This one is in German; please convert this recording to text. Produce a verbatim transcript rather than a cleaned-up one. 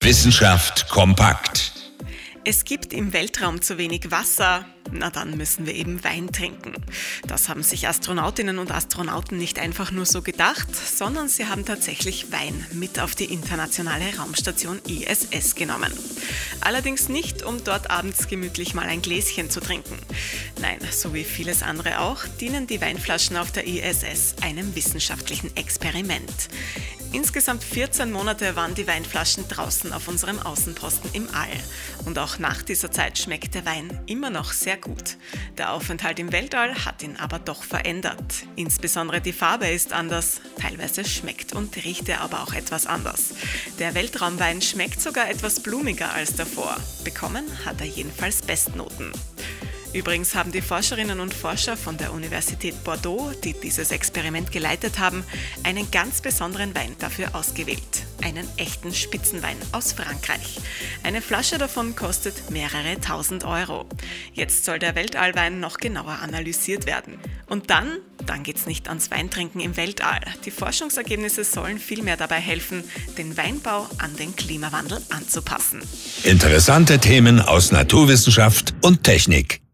Wissenschaft kompakt. Es gibt im Weltraum zu wenig Wasser, na dann müssen wir eben Wein trinken. Das haben sich Astronautinnen und Astronauten nicht einfach nur so gedacht, sondern sie haben tatsächlich Wein mit auf die internationale Raumstation I S S genommen. Allerdings nicht, um dort abends gemütlich mal ein Gläschen zu trinken. Nein, so wie vieles andere auch, dienen die Weinflaschen auf der I S S einem wissenschaftlichen Experiment. Insgesamt vierzehn Monate waren die Weinflaschen draußen auf unserem Außenposten im All. Und auch nach dieser Zeit schmeckt der Wein immer noch sehr gut. Der Aufenthalt im Weltall hat ihn aber doch verändert. Insbesondere die Farbe ist anders, teilweise schmeckt und riecht er aber auch etwas anders. Der Weltraumwein schmeckt sogar etwas blumiger als davor. Bekommen hat er jedenfalls Bestnoten. Übrigens haben die Forscherinnen und Forscher von der Universität Bordeaux, die dieses Experiment geleitet haben, einen ganz besonderen Wein dafür ausgewählt. Einen echten Spitzenwein aus Frankreich. Eine Flasche davon kostet mehrere tausend Euro. Jetzt soll der Weltallwein noch genauer analysiert werden. Und dann, dann geht's nicht ans Weintrinken im Weltall. Die Forschungsergebnisse sollen vielmehr dabei helfen, den Weinbau an den Klimawandel anzupassen. Interessante Themen aus Naturwissenschaft und Technik.